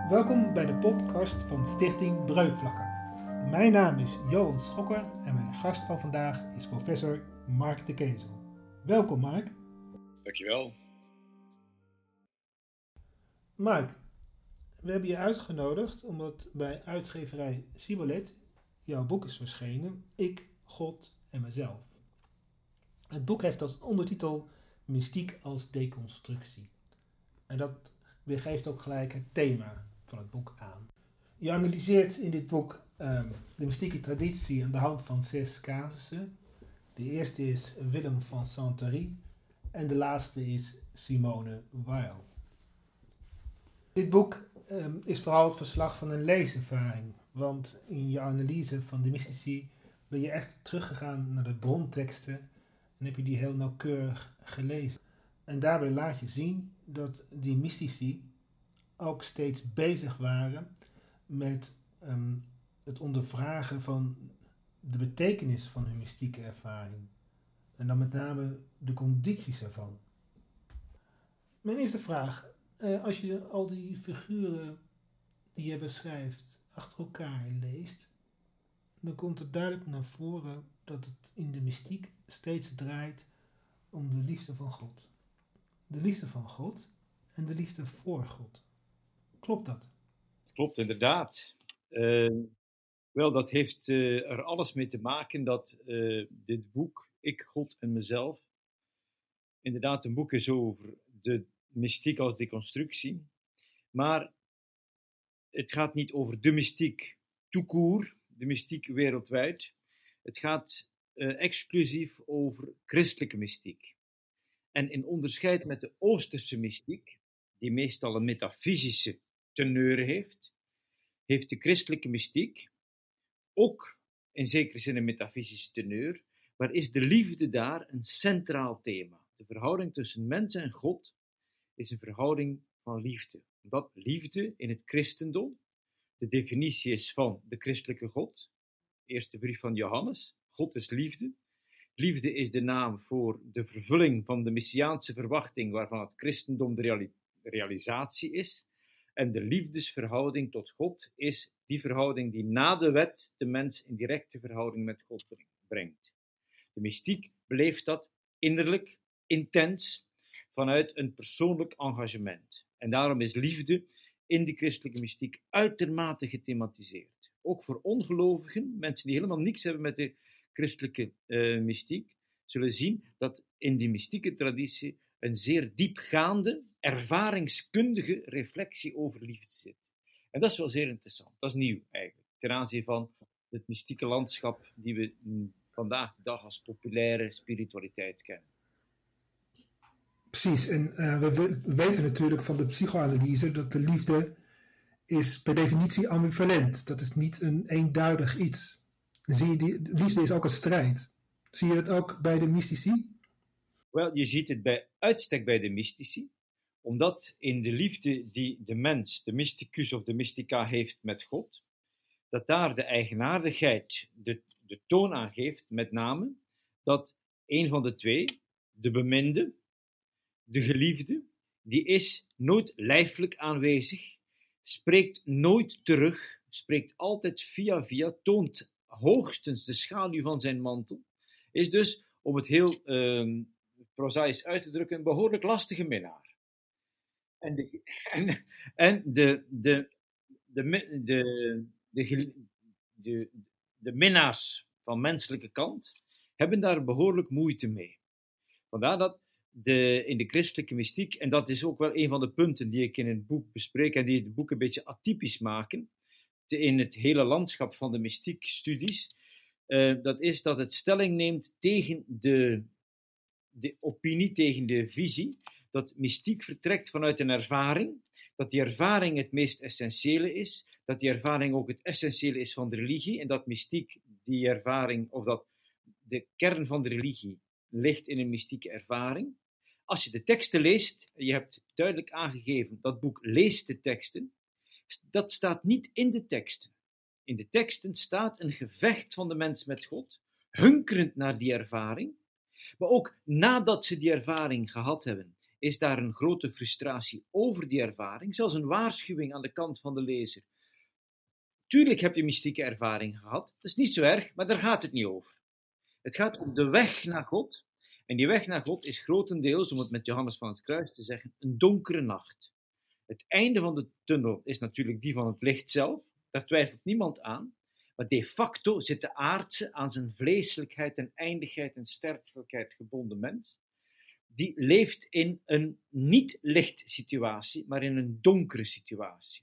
Welkom bij de podcast van Stichting Breukvlakken. Mijn naam is Johan Schokker en mijn gast van vandaag is professor Mark de Kezel. Welkom Mark. Dankjewel. Mark, we hebben je uitgenodigd omdat bij uitgeverij Simolet jouw boek is verschenen, Ik, God en Mezelf. Het boek heeft als ondertitel Mystiek als deconstructie. En dat geeft ook gelijk het thema van het boek aan. Je analyseert in dit boek de mystieke traditie aan de hand van 6 casussen. De eerste is Willem van Santerre en de laatste is Simone Weil. Dit boek is vooral het verslag van een leeservaring, want in je analyse van de mystici ben je echt teruggegaan naar de bronteksten en heb je die heel nauwkeurig gelezen. En daarbij laat je zien dat die mystici ook steeds bezig waren met het ondervragen van de betekenis van hun mystieke ervaring. En dan met name de condities ervan. Mijn eerste vraag. Als je al die figuren die je beschrijft achter elkaar leest, dan komt er duidelijk naar voren dat het in de mystiek steeds draait om de liefde van God. De liefde van God en de liefde voor God. Klopt dat? Klopt, inderdaad. Wel, dat heeft er alles mee te maken dat dit boek, Ik, God en Mezelf, inderdaad een boek is over de mystiek als deconstructie. Maar het gaat niet over de mystiek tout court, de mystiek wereldwijd. Het gaat exclusief over christelijke mystiek. En in onderscheid met de Oosterse mystiek, die meestal een metafysische teneur heeft, heeft de christelijke mystiek ook in zekere zin een metafysische teneur, maar is de liefde daar een centraal thema. De verhouding tussen mens en God is een verhouding van liefde. Omdat liefde in het christendom de definitie is van de christelijke God. Eerste brief van Johannes, God is liefde. Liefde is de naam voor de vervulling van de messiaanse verwachting waarvan het christendom de realisatie is. En de liefdesverhouding tot God is die verhouding die na de wet de mens in directe verhouding met God brengt. De mystiek beleeft dat innerlijk, intens, vanuit een persoonlijk engagement. En daarom is liefde in de christelijke mystiek uitermate gethematiseerd. Ook voor ongelovigen, mensen die helemaal niks hebben met de christelijke mystiek, zullen zien dat in die mystieke traditie een zeer diepgaande, ervaringskundige reflectie over liefde zit. En dat is wel zeer interessant. Dat is nieuw eigenlijk, ten aanzien van het mystieke landschap die we vandaag de dag als populaire spiritualiteit kennen. Precies, en we weten natuurlijk van de psychoanalyse dat de liefde is per definitie ambivalent. Dat is niet een eenduidig iets. Dan zie je, de liefde is ook een strijd. Zie je dat ook bij de mystici? Wel, je ziet het bij uitstek bij de mystici, omdat in de liefde die de mens, de mysticus of de mystica heeft met God, dat daar de eigenaardigheid de toon aangeeft, met name dat een van de twee, de beminde, de geliefde, die is nooit lijfelijk aanwezig, spreekt nooit terug, spreekt altijd via, toont hoogstens de schaduw van zijn mantel, is dus, om het heel prozaïs uit te drukken, een behoorlijk lastige minnaar. De minnaars van menselijke kant hebben daar behoorlijk moeite mee. Vandaar dat in de christelijke mystiek, en dat is ook wel een van de punten die ik in het boek bespreek en die het boek een beetje atypisch maken, in het hele landschap van de mystiekstudies, dat is dat het stelling neemt tegen de opinie, tegen de visie, dat mystiek vertrekt vanuit een ervaring, dat die ervaring het meest essentiële is, dat die ervaring ook het essentiële is van de religie, en dat mystiek die ervaring, of dat de kern van de religie ligt in een mystieke ervaring. Als je de teksten leest, je hebt duidelijk aangegeven, dat boek leest de teksten, dat staat niet in de teksten. In de teksten staat een gevecht van de mens met God, hunkerend naar die ervaring, maar ook nadat ze die ervaring gehad hebben, is daar een grote frustratie over die ervaring, zelfs een waarschuwing aan de kant van de lezer. Tuurlijk heb je mystieke ervaring gehad, dat is niet zo erg, maar daar gaat het niet over. Het gaat om de weg naar God, en die weg naar God is grotendeels, om het met Johannes van het Kruis te zeggen, een donkere nacht. Het einde van de tunnel is natuurlijk die van het licht zelf, daar twijfelt niemand aan, maar de facto zit de aardse aan zijn vleeselijkheid en eindigheid en sterfelijkheid gebonden mens, die leeft in een niet-licht situatie, maar in een donkere situatie.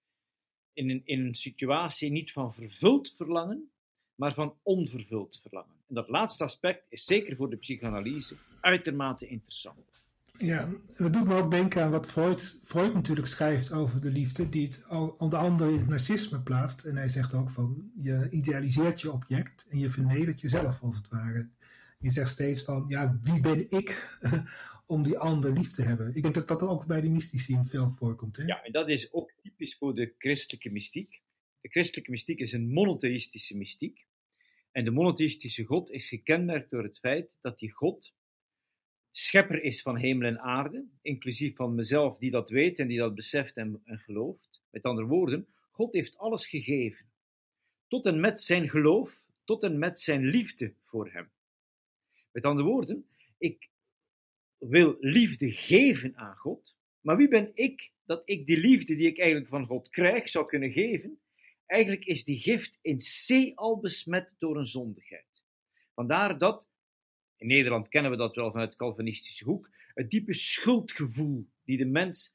In een situatie niet van vervuld verlangen, maar van onvervuld verlangen. En dat laatste aspect is zeker voor de psychanalyse uitermate interessant. Ja, dat doet me ook denken aan wat Freud natuurlijk schrijft over de liefde, die het onder andere in het narcisme plaatst. En hij zegt ook van, je idealiseert je object en je vernedert jezelf als het ware. Je zegt steeds van, ja, wie ben ik om die ander lief te hebben? Ik denk dat dat ook bij de mystici veel voorkomt. Hè? Ja, en dat is ook typisch voor de christelijke mystiek. De christelijke mystiek is een monotheïstische mystiek. En de monotheïstische God is gekenmerkt door het feit dat die God schepper is van hemel en aarde, inclusief van mezelf die dat weet en die dat beseft en gelooft. Met andere woorden, God heeft alles gegeven. Tot en met zijn geloof, tot en met zijn liefde voor hem. Met andere woorden, ik wil liefde geven aan God, maar wie ben ik dat ik die liefde die ik eigenlijk van God krijg zou kunnen geven? Eigenlijk is die gift in C al besmet door een zondigheid. Vandaar dat, in Nederland kennen we dat wel vanuit de Calvinistische hoek, het diepe schuldgevoel die de mens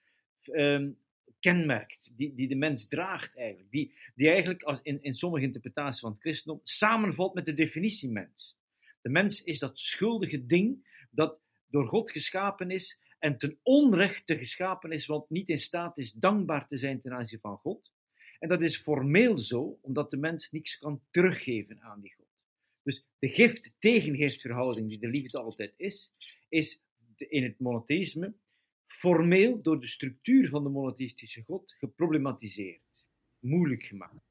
kenmerkt, die de mens draagt eigenlijk, die eigenlijk in sommige interpretaties van het christendom samenvalt met de definitie mens. De mens is dat schuldige ding dat door God geschapen is en ten onrechte geschapen is, want niet in staat is dankbaar te zijn ten aanzien van God. En dat is formeel zo, omdat de mens niets kan teruggeven aan die God. Dus de gift-tegengiftverhouding die de liefde altijd is in het monotheïsme formeel door de structuur van de monotheïstische God geproblematiseerd, moeilijk gemaakt.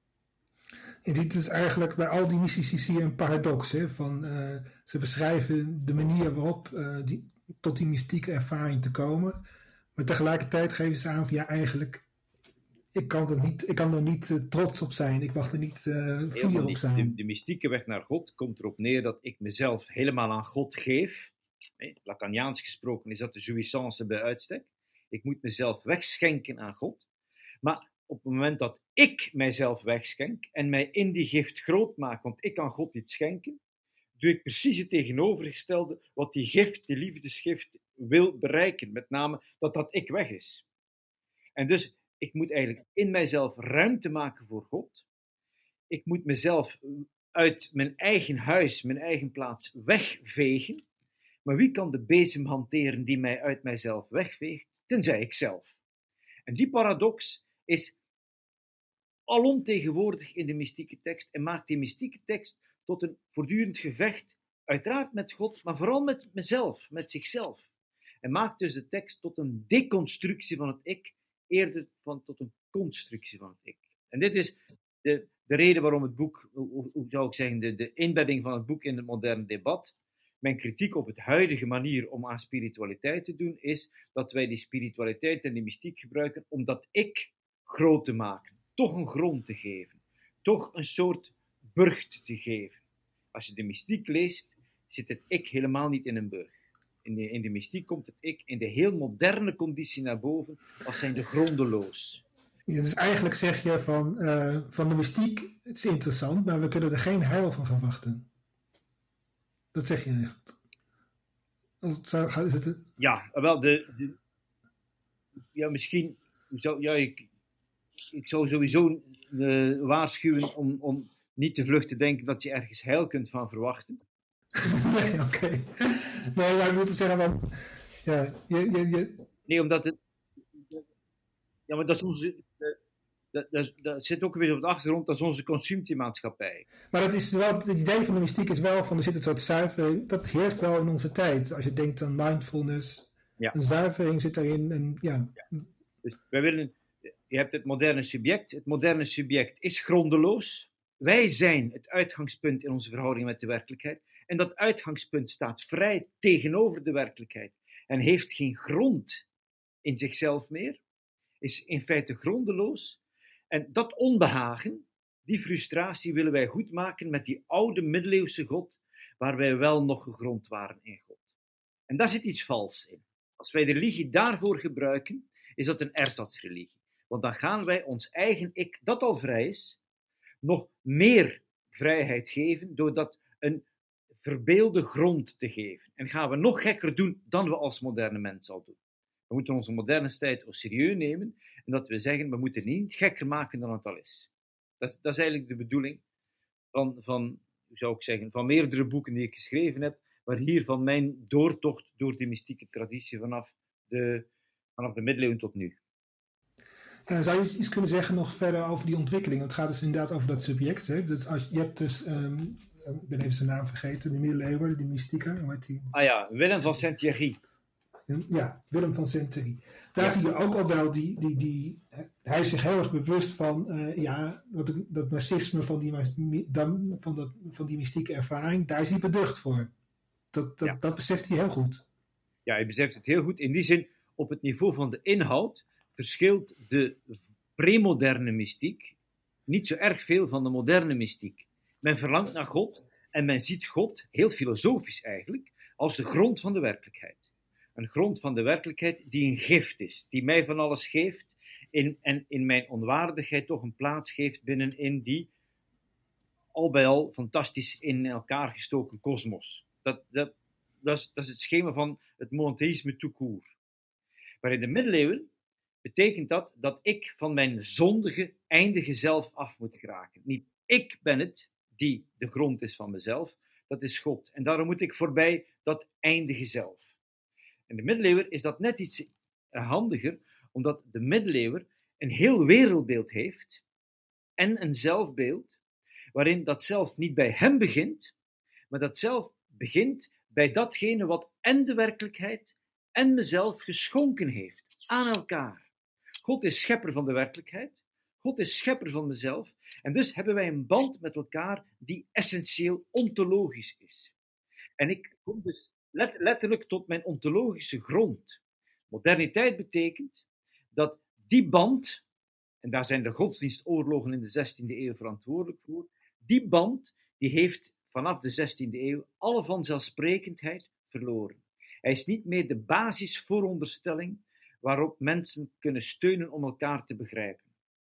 En dit is eigenlijk bij al die mystici een paradox. Hè? Ze beschrijven de manier waarop tot die mystieke ervaring te komen. Maar tegelijkertijd geven ze aan van ja, eigenlijk, ik kan er niet trots op zijn. Ik mag er niet fier op zijn. De mystieke weg naar God komt erop neer dat ik mezelf helemaal aan God geef. Lacaniaans gesproken is dat de jouissance bij uitstek. Ik moet mezelf wegschenken aan God. Maar op het moment dat ik mijzelf wegschenk en mij in die gift groot maak, want ik kan God iets schenken, doe ik precies het tegenovergestelde wat die gift, die liefdesgift, wil bereiken. Met name dat ik weg is. En dus, ik moet eigenlijk in mijzelf ruimte maken voor God. Ik moet mezelf uit mijn eigen huis, mijn eigen plaats wegvegen. Maar wie kan de bezem hanteren die mij uit mijzelf wegveegt? Tenzij ik zelf. En die paradox is alomtegenwoordig in de mystieke tekst en maakt die mystieke tekst tot een voortdurend gevecht, uiteraard met God, maar vooral met mezelf, met zichzelf. En maakt dus de tekst tot een deconstructie van het ik, eerder tot een constructie van het ik. En dit is de reden waarom het boek, hoe zou ik zeggen, de inbedding van het boek in het moderne debat. Mijn kritiek op het huidige manier om aan spiritualiteit te doen, is dat wij die spiritualiteit en die mystiek gebruiken om dat ik groot te maken, toch een grond te geven, toch een soort burcht te geven. Als je de mystiek leest, zit het ik helemaal niet in een burg. In de mystiek komt het ik in de heel moderne conditie naar boven, als zijnde grondeloos. Ja, dus eigenlijk zeg je van de mystiek, het is interessant, maar we kunnen er geen heil van verwachten. Dat zeg je echt. Ja, wel, ja, misschien, ik zou sowieso waarschuwen om niet te vlug te denken dat je ergens heil kunt van verwachten. Nee, oké. Nee, maar ik wil te zeggen, want ja, Nee, omdat het... Ja, maar dat is onze... Dat zit ook weer op de achtergrond, dat is onze consumptiemaatschappij. Maar dat is wel, het idee van de mystiek is wel van, er zit een soort zuivering, dat heerst wel in onze tijd. Als je denkt aan mindfulness, ja. Een zuivering zit daarin. En, ja. Dus je hebt het moderne subject. Het moderne subject is grondeloos. Wij zijn het uitgangspunt in onze verhouding met de werkelijkheid. En dat uitgangspunt staat vrij tegenover de werkelijkheid. en heeft geen grond in zichzelf meer, is in feite grondeloos. En dat onbehagen, die frustratie willen wij goedmaken met die oude middeleeuwse God, waar wij wel nog gegrond waren in God. En daar zit iets vals in. Als wij de religie daarvoor gebruiken, is dat een ersatsreligie. Want dan gaan wij ons eigen ik, dat al vrij is, nog meer vrijheid geven door dat een verbeelde grond te geven. En gaan we nog gekker doen dan we als moderne mens al doen. We moeten onze moderne tijd au serieus nemen en dat we zeggen, we moeten het niet gekker maken dan het al is. Dat is eigenlijk de bedoeling van, hoe zou ik zeggen, van meerdere boeken die ik geschreven heb, maar hier van mijn doortocht door de mystieke traditie vanaf de middeleeuwen tot nu. Zou je iets kunnen zeggen nog verder over die ontwikkeling? Het gaat dus inderdaad over dat subject. Hè? Dus je hebt dus, ik ben even zijn naam vergeten, de middeleeuwer, die mystieker. Hoe heet die? Ah ja, Willem van Saint-Thierry. Ja, Willem van Saint-Thierry. Daar zie je ook al wel hij is zich heel erg bewust van dat narcisme van die mystieke ervaring. Daar is hij beducht voor. Dat beseft hij heel goed. Ja, hij beseft het heel goed. In die zin, op het niveau van de inhoud verschilt de premoderne mystiek niet zo erg veel van de moderne mystiek. Men verlangt naar God en men ziet God, heel filosofisch eigenlijk, als de grond van de werkelijkheid. Een grond van de werkelijkheid die een gift is, die mij van alles geeft en in mijn onwaardigheid toch een plaats geeft binnenin die al bij al fantastisch in elkaar gestoken kosmos. Dat is het schema van het monotheïsme tout court. Maar in de middeleeuwen betekent dat ik van mijn zondige, eindige zelf af moet geraken. Niet ik ben het die de grond is van mezelf, dat is God. En daarom moet ik voorbij dat eindige zelf. In de middeleeuwen is dat net iets handiger, omdat de middeleeuwer een heel wereldbeeld heeft en een zelfbeeld, waarin dat zelf niet bij hem begint, maar dat zelf begint bij datgene wat en de werkelijkheid en mezelf geschonken heeft aan elkaar. God is schepper van de werkelijkheid, God is schepper van mezelf, en dus hebben wij een band met elkaar die essentieel ontologisch is. En ik kom dus letterlijk tot mijn ontologische grond. Moderniteit betekent dat die band, en daar zijn de godsdienstoorlogen in de 16e eeuw verantwoordelijk voor, die band die heeft vanaf de 16e eeuw alle vanzelfsprekendheid verloren. Hij is niet meer de basisvooronderstelling waarop mensen kunnen steunen om elkaar te begrijpen.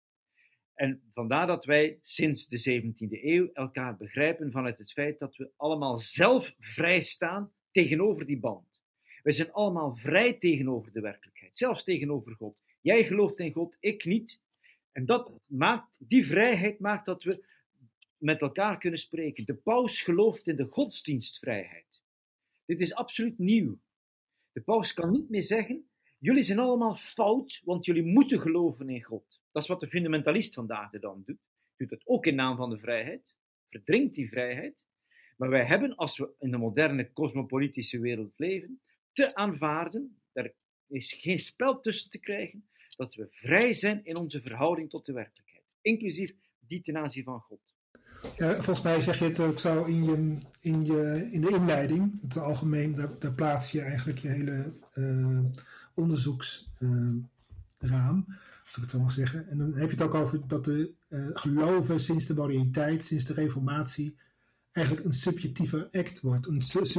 En vandaar dat wij sinds de 17e eeuw elkaar begrijpen vanuit het feit dat we allemaal zelf vrij staan tegenover die band. Wij zijn allemaal vrij tegenover de werkelijkheid, zelfs tegenover God. Jij gelooft in God, ik niet. En die vrijheid maakt dat we met elkaar kunnen spreken. De paus gelooft in de godsdienstvrijheid. Dit is absoluut nieuw. De paus kan niet meer zeggen, jullie zijn allemaal fout, want jullie moeten geloven in God. Dat is wat de fundamentalist vandaag dan doet. Doet het ook in naam van de vrijheid, verdringt die vrijheid. Maar wij hebben, als we in de moderne cosmopolitische wereld leven, te aanvaarden, er is geen spel tussen te krijgen, dat we vrij zijn in onze verhouding tot de werkelijkheid. Inclusief die ten aanzien van God. Ja, volgens mij zeg je het ook zo in de inleiding. Het algemeen, daar plaats je eigenlijk je hele onderzoeksraam, als ik het zo mag zeggen. En dan heb je het ook over dat de geloven sinds de moderniteit, sinds de reformatie, eigenlijk een subjectieve act wordt.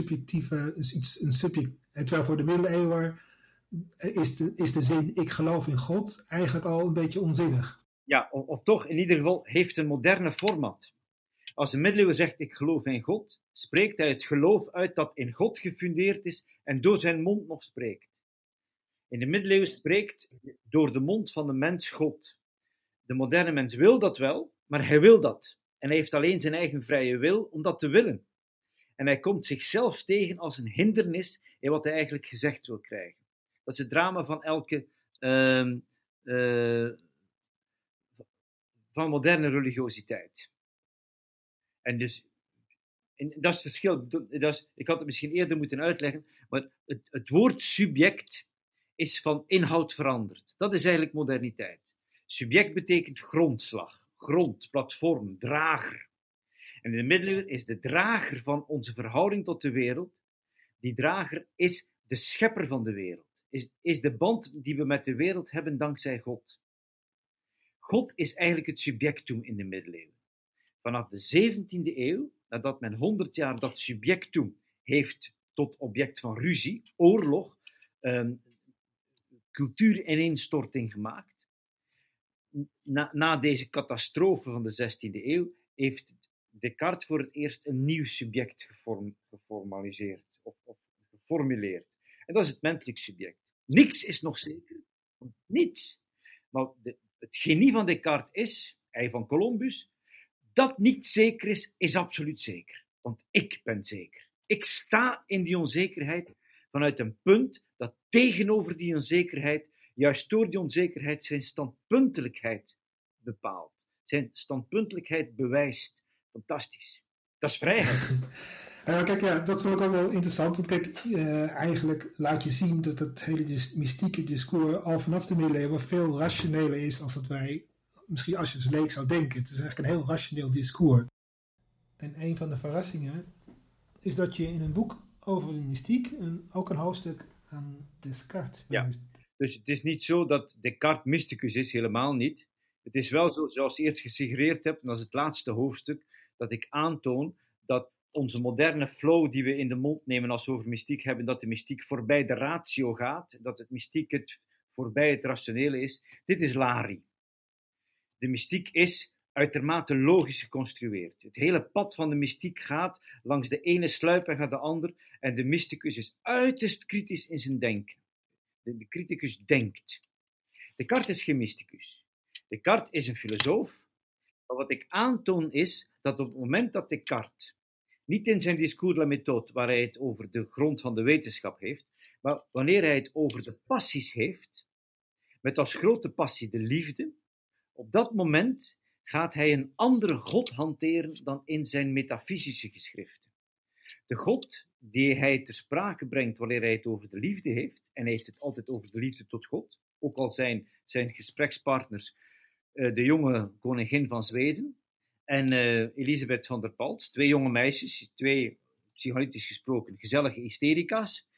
Terwijl voor de middeleeuwen is de zin ik geloof in God eigenlijk al een beetje onzinnig. Ja, of toch in ieder geval heeft een moderne format. Als een middeleeuwer zegt ik geloof in God, spreekt hij het geloof uit dat in God gefundeerd is en door zijn mond nog spreekt. In de middeleeuwen spreekt door de mond van de mens God. De moderne mens wil dat wel, maar hij wil dat. En hij heeft alleen zijn eigen vrije wil om dat te willen. En hij komt zichzelf tegen als een hindernis in wat hij eigenlijk gezegd wil krijgen. Dat is het drama van elke van moderne religiositeit. En dus, dat is het verschil. Ik had het misschien eerder moeten uitleggen, maar het woord subject is van inhoud veranderd. Dat is eigenlijk moderniteit. Subject betekent grondslag, grond, platform, drager. En in de middeleeuwen is de drager van onze verhouding tot de wereld, die drager is de schepper van de wereld. Is de band die we met de wereld hebben dankzij God. God is eigenlijk het subjectum in de middeleeuwen. Vanaf de 17e eeuw, nadat men 100 jaar dat subjectum heeft tot object van ruzie, oorlog, cultuurineenstorting gemaakt. Na deze catastrofe van de 16e eeuw heeft Descartes voor het eerst een nieuw subject geformaliseerd of geformuleerd. En dat is het menselijk subject. Niks is nog zeker, niets. Maar het genie van Descartes is, hij van Columbus, dat niet zeker is absoluut zeker. Want ik ben zeker. Ik sta in die onzekerheid vanuit een punt dat tegenover die onzekerheid, juist door die onzekerheid, zijn standpuntelijkheid bepaalt. Zijn standpuntelijkheid bewijst. Fantastisch. Dat is vrijheid. Kijk, ja, dat vond ik ook wel interessant. Want kijk, eigenlijk laat je zien dat het hele mystieke discours al vanaf de middeleeuwen veel rationeler is dan dat wij misschien als je als leek zou denken. Het is eigenlijk een heel rationeel discours. En een van de verrassingen is dat je in een boek over de mystiek ook een hoofdstuk aan Descartes heeft. Ja, dus het is niet zo dat Descartes mysticus is, helemaal niet. Het is wel zo, zoals je eerst gesuggereerd hebt, en dat is het laatste hoofdstuk, dat ik aantoon dat onze moderne flow die we in de mond nemen als we over mystiek hebben, dat de mystiek voorbij de ratio gaat, dat het mystiek het voorbij het rationele is. Dit is Lari. De mystiek is uitermate logisch geconstrueerd. Het hele pad van de mystiek gaat langs de ene sluipweg naar de ander en de mysticus is uiterst kritisch in zijn denken. De criticus denkt. Descartes is geen mysticus. Descartes is een filosoof. Maar wat ik aantoon is dat op het moment dat Descartes, niet in zijn discours la méthode, waar hij het over de grond van de wetenschap heeft, maar wanneer hij het over de passies heeft, met als grote passie de liefde, op dat moment gaat hij een andere God hanteren dan in zijn metafysische geschriften. De God die hij ter sprake brengt wanneer hij het over de liefde heeft, en hij heeft het altijd over de liefde tot God, ook al zijn gesprekspartners de jonge koningin van Zweden en Elisabeth van der Palt, twee jonge meisjes, twee psychoanalytisch gesproken gezellige hysterica's,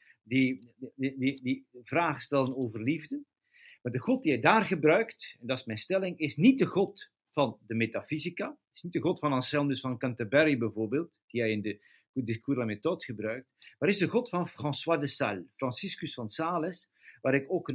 die vragen stellen over liefde. Maar de God die hij daar gebruikt, en dat is mijn stelling, is niet de God van de metafysica, is niet de God van Anselmus van Canterbury bijvoorbeeld, die hij in de Discours la méthode gebruikt, maar is de God van François de Sales, Franciscus van Sales, waar ik ook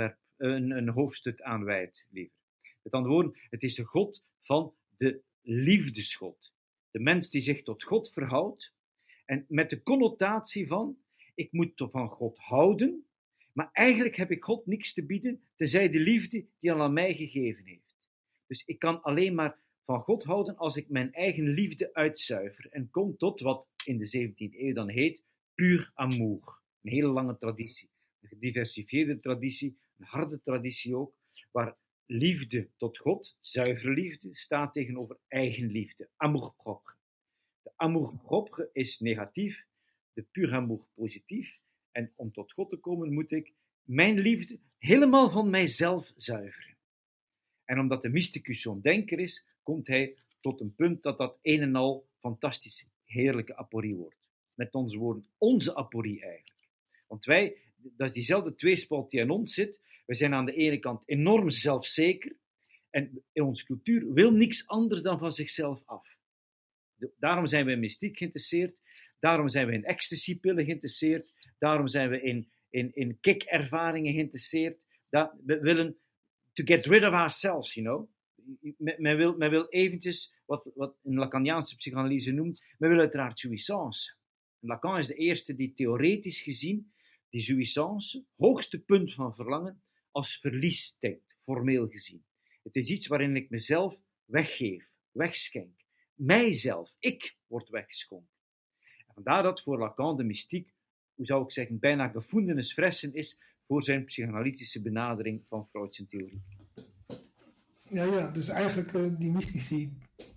een hoofdstuk aan wijd, liever. Met andere woorden, het is de God van de liefdesgod. De mens die zich tot God verhoudt, en met de connotatie van, ik moet van God houden, maar eigenlijk heb ik God niks te bieden, tenzij de liefde die hij aan mij gegeven heeft. Dus ik kan alleen maar van God houden als ik mijn eigen liefde uitzuiver en kom tot wat in de 17e eeuw dan heet puur amour. Een hele lange traditie, een gediversifieerde traditie, een harde traditie ook, waar liefde tot God, zuivere liefde, staat tegenover eigenliefde, amour-propre. De amour-propre is negatief, de pur amour positief. En om tot God te komen moet ik mijn liefde helemaal van mijzelf zuiveren. En omdat de mysticus zo'n denker is, komt hij tot een punt dat een en al fantastische, heerlijke aporie wordt. Met onze woorden, onze aporie eigenlijk. Want wij, dat is diezelfde tweespalt die in ons zit. We zijn aan de ene kant enorm zelfzeker en in onze cultuur wil niks anders dan van zichzelf af. Daarom zijn we in mystiek geïnteresseerd, daarom zijn we in ecstasy-pillen geïnteresseerd, daarom zijn we in kick-ervaringen geïnteresseerd. We willen to get rid of ourselves, you know. Men wil eventjes, wat een Lacaniaanse psychanalyse noemt, men wil uiteraard jouissance. Lacan is de eerste die theoretisch gezien die jouissance, hoogste punt van verlangen, als verlies denkt, formeel gezien. Het is iets waarin ik mezelf weggeef, wegschenk. Mijzelf, ik word weggeschonken. En vandaar dat voor Lacan de mystiek, hoe zou ik zeggen, bijna gefundenes fressen is voor zijn psychanalytische benadering van Freud's theorie. Ja, dus eigenlijk die mystici,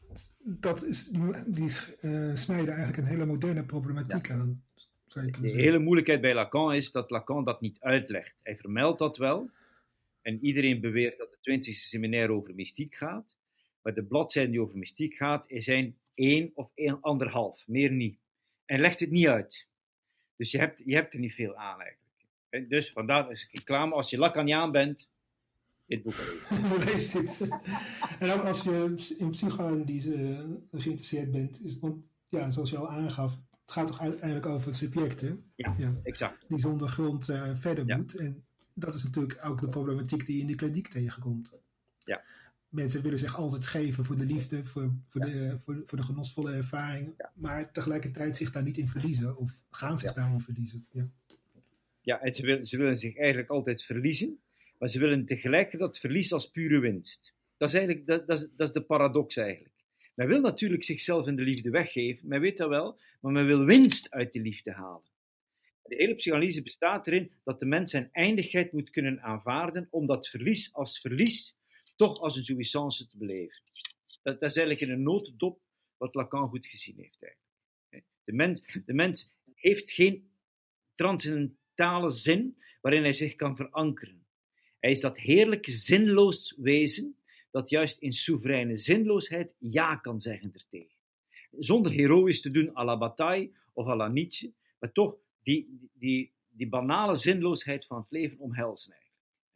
die snijden eigenlijk een hele moderne problematiek aan. De hele moeilijkheid bij Lacan is dat Lacan dat niet uitlegt. Hij vermeldt dat wel. En iedereen beweert dat de 20e seminaire over mystiek gaat. Maar de bladzijden die over mystiek gaat, zijn 1 of 1,5, meer niet. En legt het niet uit. Dus je hebt er niet veel aan eigenlijk. En dus vandaar is reclame, als je Lacaniaan bent, dit boek lezen. Lees dit. En ook als je in psychoanalyse geïnteresseerd bent, want ja, zoals je al aangaf, het gaat toch uiteindelijk over het subject, hè? Ja, exact. Die zonder grond verder Ja. moet. En dat is natuurlijk ook de problematiek die je in de kliniek tegenkomt. Ja. Mensen willen zich altijd geven voor de liefde, voor de genosvolle ervaring, maar tegelijkertijd zich daar niet in verliezen, of gaan zich daarin verliezen. Ja, en ze willen zich eigenlijk altijd verliezen, maar ze willen tegelijkertijd dat verlies als pure winst. Dat is eigenlijk dat is de paradox eigenlijk. Men wil natuurlijk zichzelf in de liefde weggeven, men weet dat wel, maar men wil winst uit die liefde halen. De hele psychanalyse bestaat erin dat de mens zijn eindigheid moet kunnen aanvaarden om dat verlies als verlies toch als een jouissance te beleven. Dat is eigenlijk in een notendop wat Lacan goed gezien heeft eigenlijk. De mens heeft geen transcendentale zin waarin hij zich kan verankeren. Hij is dat heerlijke zinloos wezen dat juist in soevereine zinloosheid ja kan zeggen ertegen. Zonder heroïs te doen à la Bataille of à la Nietzsche, maar toch die banale zinloosheid van het leven omhelzen eigenlijk. En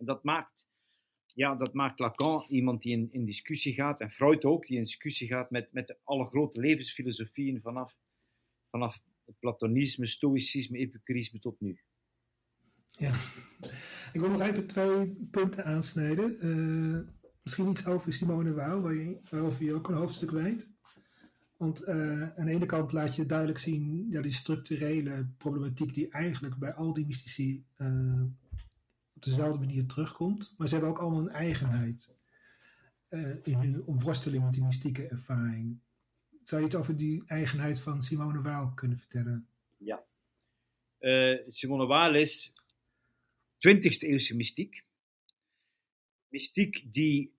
dat maakt Lacan iemand die in discussie gaat, en Freud ook, die in discussie gaat met alle grote levensfilosofieën vanaf het platonisme, stoïcisme, epicurisme tot nu. Ja, ik wil nog even 2 punten aansnijden. Misschien iets over Simone Weil, waarover je ook een hoofdstuk wijdt. Want aan de ene kant laat je duidelijk zien die structurele problematiek die eigenlijk bij al die mystici op dezelfde manier terugkomt. Maar ze hebben ook allemaal een eigenheid in hun omworsteling met die mystieke ervaring. Zou je iets over die eigenheid van Simone Weil kunnen vertellen? Ja. Simone Weil is 20e eeuwse mystiek. Mystiek die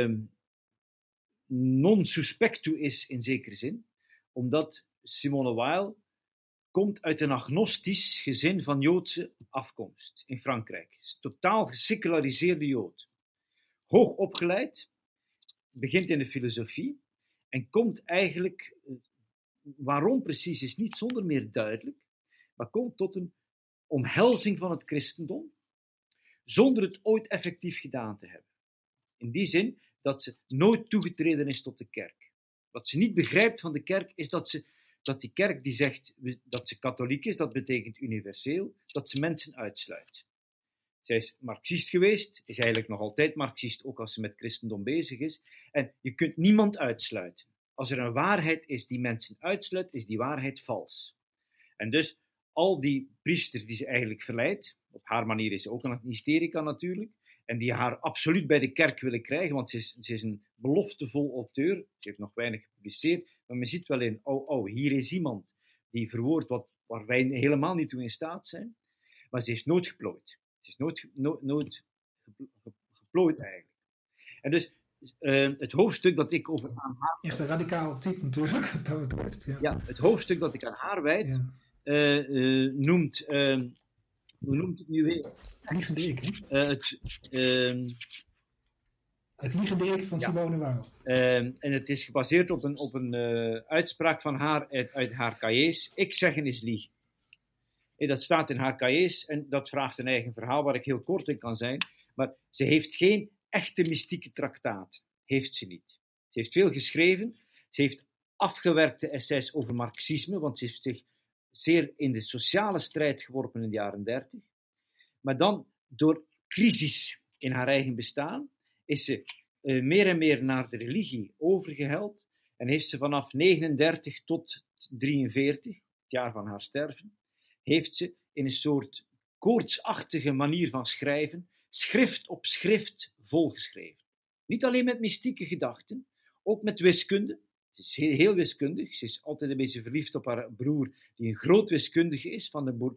non suspectu is in zekere zin, omdat Simone Weil komt uit een agnostisch gezin van Joodse afkomst in Frankrijk. Is totaal geseculariseerde Jood. Hoog opgeleid, begint in de filosofie en komt eigenlijk, waarom precies is niet zonder meer duidelijk, maar komt tot een omhelzing van het christendom, zonder het ooit effectief gedaan te hebben. In die zin dat ze nooit toegetreden is tot de kerk. Wat ze niet begrijpt van de kerk is dat die kerk die zegt dat ze katholiek is, dat betekent universeel, dat ze mensen uitsluit. Zij is marxist geweest, is eigenlijk nog altijd marxist, ook als ze met christendom bezig is. En je kunt niemand uitsluiten. Als er een waarheid is die mensen uitsluit, is die waarheid vals. En dus al die priesters die ze eigenlijk verleidt, op haar manier is ze ook een hysterica natuurlijk, en die haar absoluut bij de kerk willen krijgen, want ze is een beloftevol auteur, ze heeft nog weinig gepubliceerd, maar men ziet wel in, hier is iemand die verwoordt waar wij helemaal niet toe in staat zijn, maar ze is nooit geplooid. Ze is nooit geplooid eigenlijk. En dus het hoofdstuk dat ik over aan haar... Echt een radicaal type natuurlijk. Ja, het hoofdstuk dat ik aan haar wijd noemt... hoe noemt het nu weer? Het liegende ik, hè? Het liegende ik van Simone Weil. En het is gebaseerd op een uitspraak van haar uit haar cahiers. Ik zeggen is liegen. Dat staat in haar cahiers en dat vraagt een eigen verhaal waar ik heel kort in kan zijn. Maar ze heeft geen echte mystieke traktaat. Heeft ze niet. Ze heeft veel geschreven. Ze heeft afgewerkte essays over marxisme, want ze heeft zich zeer in de sociale strijd geworpen in de jaren 30. Maar dan, door crisis in haar eigen bestaan, is ze meer en meer naar de religie overgeheld en heeft ze vanaf 39 tot 43, het jaar van haar sterven, heeft ze in een soort koortsachtige manier van schrijven, schrift op schrift volgeschreven. Niet alleen met mystieke gedachten, ook met wiskunde. Ze is heel wiskundig. Ze is altijd een beetje verliefd op haar broer, die een groot wiskundige is, van de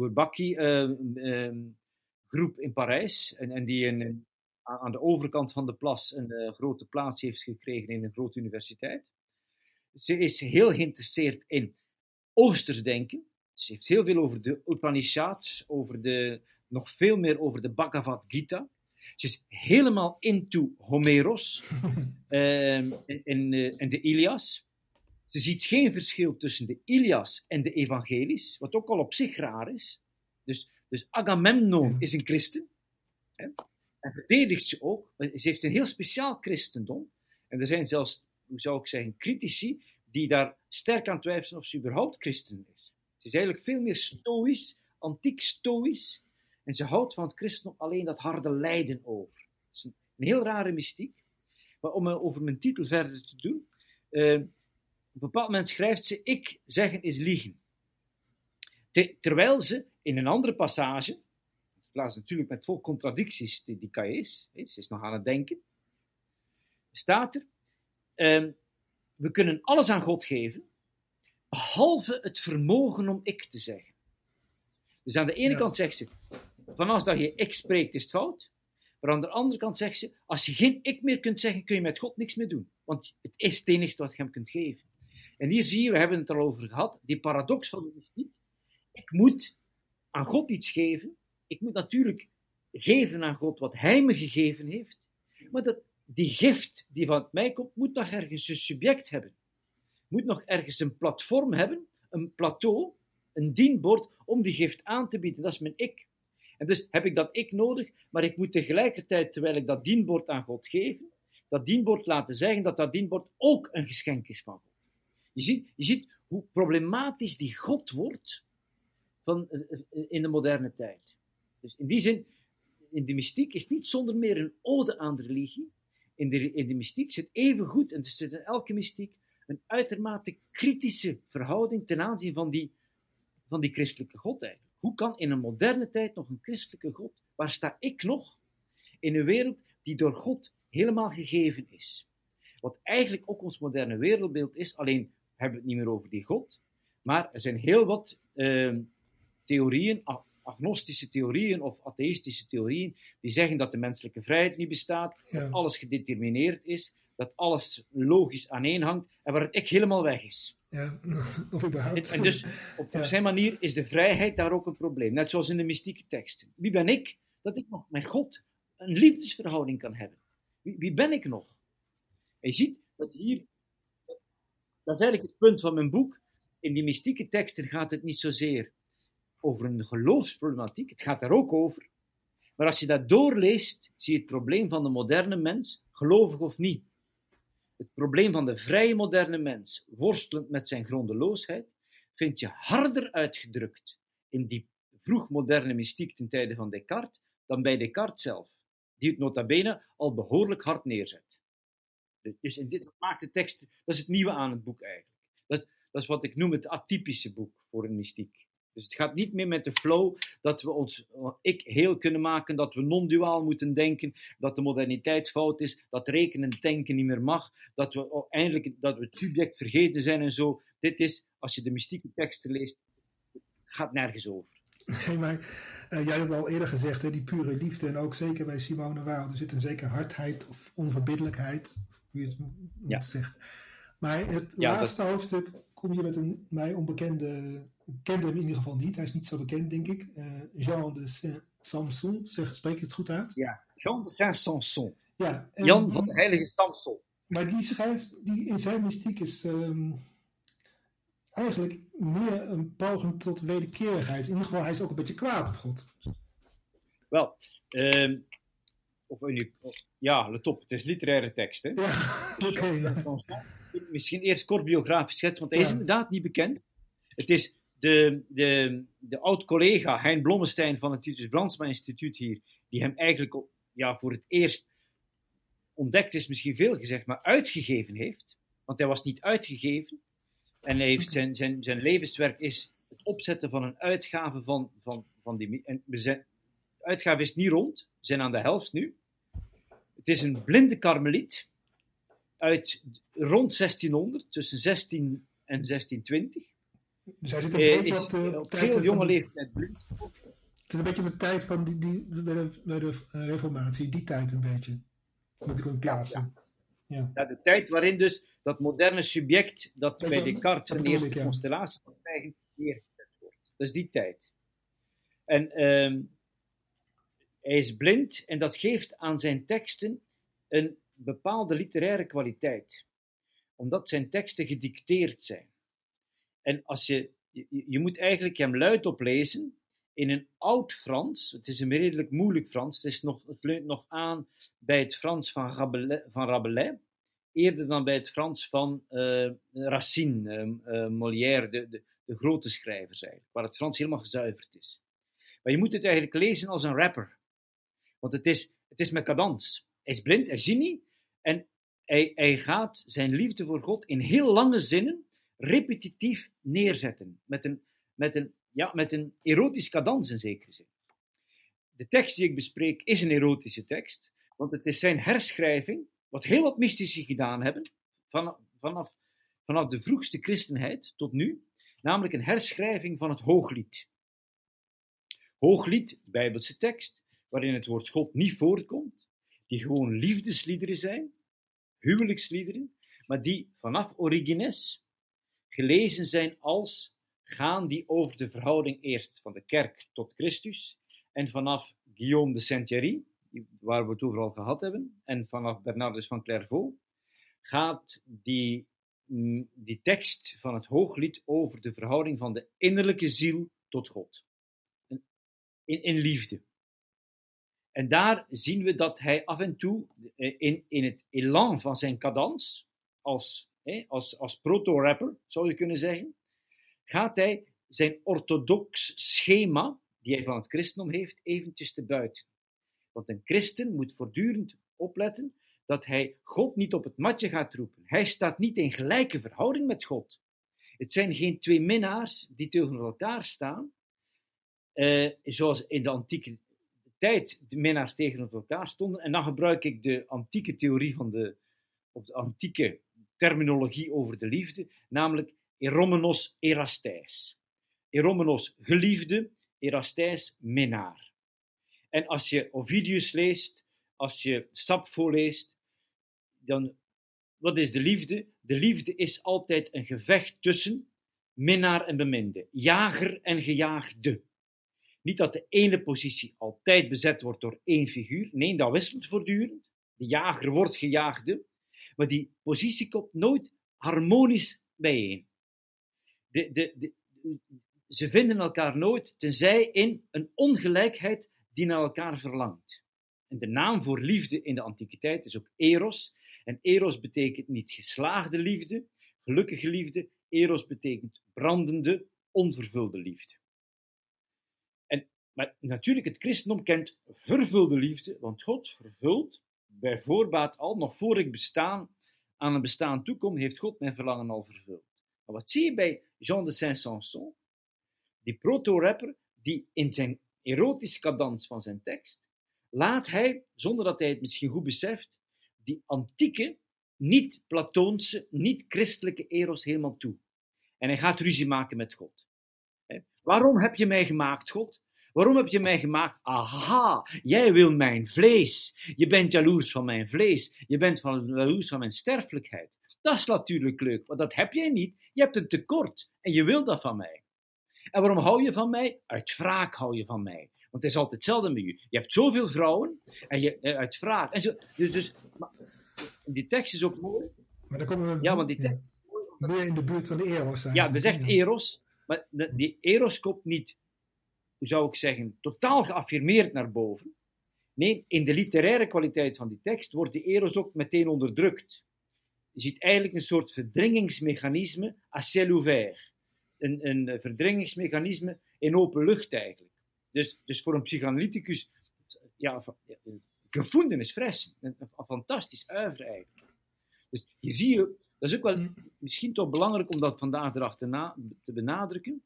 Bourbaki-groep in Parijs. En die aan de overkant van de plas een grote plaats heeft gekregen in een grote universiteit. Ze is heel geïnteresseerd in Oosters denken. Ze heeft heel veel over de Upanishads, nog veel meer over de Bhagavad Gita. Ze is helemaal into Homeros en de Ilias. Ze ziet geen verschil tussen de Ilias en de evangelies, wat ook al op zich raar is. Dus Dus Agamemnon Ja. is een christen. Hè, en verdedigt ze ook. Ze heeft een heel speciaal christendom. En er zijn zelfs, hoe zou ik zeggen, critici die daar sterk aan twijfelen of ze überhaupt christen is. Ze is eigenlijk veel meer stoïsch, antiek stoïsch. En ze houdt van het christendom alleen dat harde lijden over. Dat is een heel rare mystiek. Maar om over mijn titel verder te doen. Op een bepaald moment schrijft ze, ik zeggen is liegen. Terwijl ze in een andere passage, het plaats natuurlijk met vol contradicties die Caïs, ze is nog aan het denken, staat er, we kunnen alles aan God geven, behalve het vermogen om ik te zeggen. Dus aan de ene kant zegt ze, van als dat je ik spreekt is het fout, maar aan de andere kant zegt ze, als je geen ik meer kunt zeggen, kun je met God niks meer doen, want het is het enigste wat je hem kunt geven. En hier zie je, we hebben het al over gehad, die paradox van de mystiek. Ik moet aan God iets geven. Ik moet natuurlijk geven aan God wat hij me gegeven heeft. Maar die gift die van mij komt, moet nog ergens een subject hebben. Moet nog ergens een platform hebben, een plateau, een dienbord om die gift aan te bieden. Dat is mijn ik. En dus heb ik dat ik nodig, maar ik moet tegelijkertijd, terwijl ik dat dienbord aan God geef, dat dienbord laten zeggen dat dat dienbord ook een geschenk is van God. Je ziet hoe problematisch die God wordt in de moderne tijd. Dus in die zin, in de mystiek is niet zonder meer een ode aan de religie. In de mystiek zit evengoed, en er zit in elke mystiek, een uitermate kritische verhouding ten aanzien van die christelijke God eigenlijk. Hoe kan in een moderne tijd nog een christelijke God, waar sta ik nog, in een wereld die door God helemaal gegeven is? Wat eigenlijk ook ons moderne wereldbeeld is, alleen hebben we het niet meer over die God, maar er zijn heel wat theorieën, agnostische theorieën of atheïstische theorieën, die zeggen dat de menselijke vrijheid niet bestaat, dat alles gedetermineerd is, dat alles logisch aaneenhangt en waar het ik helemaal weg is. Ja, of überhaupt. En dus op zijn manier is de vrijheid daar ook een probleem, net zoals in de mystieke teksten. Wie ben ik dat ik nog met God een liefdesverhouding kan hebben? Wie ben ik nog? En je ziet dat hier, dat is eigenlijk het punt van mijn boek, in die mystieke teksten gaat het niet zozeer over een geloofsproblematiek, het gaat daar ook over. Maar als je dat doorleest, zie je het probleem van de moderne mens, gelovig of niet. Het probleem van de vrije moderne mens, worstelend met zijn grondeloosheid, vind je harder uitgedrukt in die vroegmoderne mystiek ten tijde van Descartes, dan bij Descartes zelf, die het nota bene al behoorlijk hard neerzet. Dus dit maakt de tekst, dat is het nieuwe aan het boek eigenlijk. Dat is wat ik noem het atypische boek voor een mystiek. Dus het gaat niet meer met de flow dat we ons ik heel kunnen maken, dat we non-duaal moeten denken, dat de moderniteit fout is, dat rekenen en denken niet meer mag, dat we het subject vergeten zijn en zo. Dit is, als je de mystieke teksten leest, het gaat nergens over. Nee, maar jij had het al eerder gezegd, hè, die pure liefde, en ook zeker bij Simone Weil, er zit een zekere hardheid of onverbiddelijkheid, hoe je het moet zeggen. Maar in het laatste hoofdstuk kom je met een mij onbekende, ik kende hem in ieder geval niet, hij is niet zo bekend, denk ik. Jean de Saint-Samson, spreek je het goed uit? Ja, Jean de Saint-Samson. Ja, Jan van de heilige Samson. Maar die in zijn mystiek is eigenlijk meer een poging tot wederkerigheid. In ieder geval, hij is ook een beetje kwaad op God. Wel, let op, het is literaire tekst, hè? Ja, Misschien eerst kort biografisch schetsen, want hij is inderdaad niet bekend. Het is de oud-collega Hein Blommestein van het Titus Brandsma Instituut hier, die hem eigenlijk voor het eerst ontdekt is, misschien veel gezegd, maar uitgegeven heeft. Want hij was niet uitgegeven. En hij heeft zijn levenswerk is het opzetten van een uitgave van die... En de uitgave is niet rond, we zijn aan de helft nu. Het is een blinde karmeliet uit rond 1600, tussen 16 en 1620. Dus hij zit een beetje op de heel jonge leeftijd blind. Het is een beetje de tijd van bij de reformatie, die tijd een beetje. Moet ik hem plaatsen. Ja, de tijd waarin dus dat moderne subject, dat bij Descartes een eerste constellatie kan krijgen, neergezet wordt. Dat is die tijd. En hij is blind en dat geeft aan zijn teksten een bepaalde literaire kwaliteit. Omdat zijn teksten gedicteerd zijn. En als je moet eigenlijk hem luid oplezen in een oud Frans. Het is een redelijk moeilijk Frans. Het leunt nog aan bij het Frans van Rabelais, eerder dan bij het Frans van Racine, Molière, de grote schrijvers eigenlijk, waar het Frans helemaal gezuiverd is. Maar je moet het eigenlijk lezen als een rapper. Want het is met cadans. Hij is blind, hij is genie. En hij gaat zijn liefde voor God in heel lange zinnen repetitief neerzetten. Met een erotisch cadans in zekere zin. De tekst die ik bespreek is een erotische tekst. Want het is zijn herschrijving, wat heel wat mystici gedaan hebben, vanaf de vroegste christenheid tot nu. Namelijk een herschrijving van het Hooglied. Hooglied, Bijbelse tekst, waarin het woord God niet voorkomt, die gewoon liefdesliederen zijn, huwelijksliederen, maar die vanaf Origines gelezen zijn als gaan die over de verhouding eerst van de kerk tot Christus en vanaf Guillaume de Saint-Thierry, waar we het over al gehad hebben, en vanaf Bernardus van Clairvaux, gaat die tekst van het Hooglied over de verhouding van de innerlijke ziel tot God. In liefde. En daar zien we dat hij af en toe in het elan van zijn cadans, als proto-rapper zou je kunnen zeggen, gaat hij zijn orthodox schema, die hij van het christendom heeft, eventjes te buiten. Want een christen moet voortdurend opletten dat hij God niet op het matje gaat roepen. Hij staat niet in gelijke verhouding met God. Het zijn geen twee minnaars die tegenover elkaar staan, zoals in de antieke tijd de minnaars tegenover elkaar stonden. En dan gebruik ik de antieke theorie of de antieke terminologie over de liefde, namelijk eromenos erastais. Eromenos geliefde, erastais minnaar. En als je Ovidius leest, als je Sappho leest, dan, wat is de liefde? De liefde is altijd een gevecht tussen minnaar en beminde, jager en gejaagde. Niet dat de ene positie altijd bezet wordt door één figuur, nee, dat wisselt voortdurend. De jager wordt gejaagde, maar die positie komt nooit harmonisch bijeen. Ze vinden elkaar nooit, tenzij in een ongelijkheid die naar elkaar verlangt. En de naam voor liefde in de antiquiteit is ook eros. En eros betekent niet geslaagde liefde, gelukkige liefde. Eros betekent brandende, onvervulde liefde. Maar natuurlijk, het christendom kent vervulde liefde, want God vervult bij voorbaat al, nog voor ik aan een bestaan toekom, heeft God mijn verlangen al vervuld. Maar wat zie je bij Jean de Saint-Saëns, die proto-rapper, die in zijn erotische cadans van zijn tekst, laat hij, zonder dat hij het misschien goed beseft, die antieke, niet-platoonse, niet-christelijke eros helemaal toe. En hij gaat ruzie maken met God. Waarom heb je mij gemaakt, God? Waarom heb je mij gemaakt? Aha, jij wil mijn vlees. Je bent jaloers van mijn vlees. Je bent jaloers van mijn sterfelijkheid. Dat is natuurlijk leuk, want dat heb jij niet. Je hebt een tekort en je wil dat van mij. En waarom hou je van mij? Uit wraak hou je van mij. Want het is altijd hetzelfde met je. Je hebt zoveel vrouwen en uit wraak. En zo, maar die tekst is ook mooi. Maar dan komen we want die tekst is mooi, meer in de buurt van de eros. Ja, dat is echt eros. Maar die eros komt niet, hoe zou ik zeggen, totaal geaffirmeerd naar boven. Nee, in de literaire kwaliteit van die tekst wordt die eros ook meteen onderdrukt. Je ziet eigenlijk een soort verdringingsmechanisme à ciel ouvert. Een verdringingsmechanisme in open lucht eigenlijk. Dus voor een psychoanalyticus, gevonden is fris. Een fantastisch uiver eigenlijk. Dus hier zie je, dat is ook wel misschien toch belangrijk om dat vandaag de dag te benadrukken.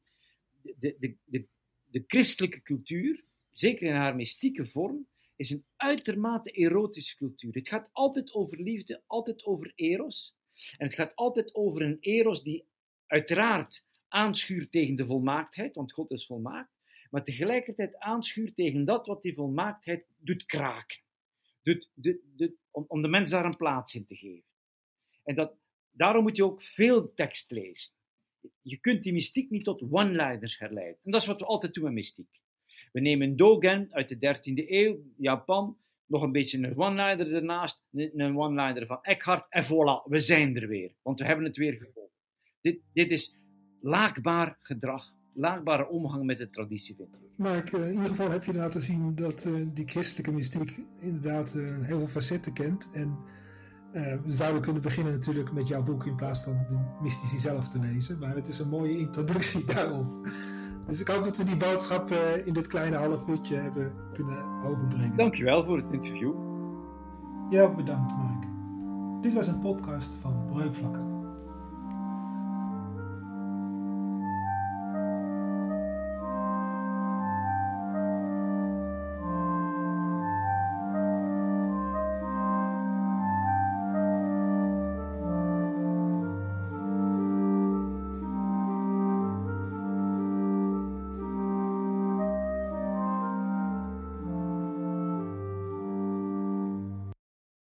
De christelijke cultuur, zeker in haar mystieke vorm, is een uitermate erotische cultuur. Het gaat altijd over liefde, altijd over eros. En het gaat altijd over een eros die uiteraard aanschuurt tegen de volmaaktheid, want God is volmaakt, maar tegelijkertijd aanschuurt tegen dat wat die volmaaktheid doet kraken. Om de mens daar een plaats in te geven. En daarom moet je ook veel tekst lezen. Je kunt die mystiek niet tot one-liners herleiden. En dat is wat we altijd doen met mystiek. We nemen Dogen uit de 13e eeuw, Japan, nog een beetje een one-liner ernaast, een one-liner van Eckhart, en voilà, we zijn er weer. Want we hebben het weer gevonden. Dit is laakbaar gedrag laagbare omgang met de traditie vinden. Maar in ieder geval heb je laten zien dat die christelijke mystiek inderdaad heel veel facetten kent. En we zouden kunnen beginnen natuurlijk met jouw boek in plaats van de mystici zelf te lezen. Maar het is een mooie introductie daarop. Dus ik hoop dat we die boodschap in dit kleine half uurtje hebben kunnen overbrengen. Dankjewel voor het interview. Jij ook bedankt, Mark. Dit was een podcast van Breukvlakken.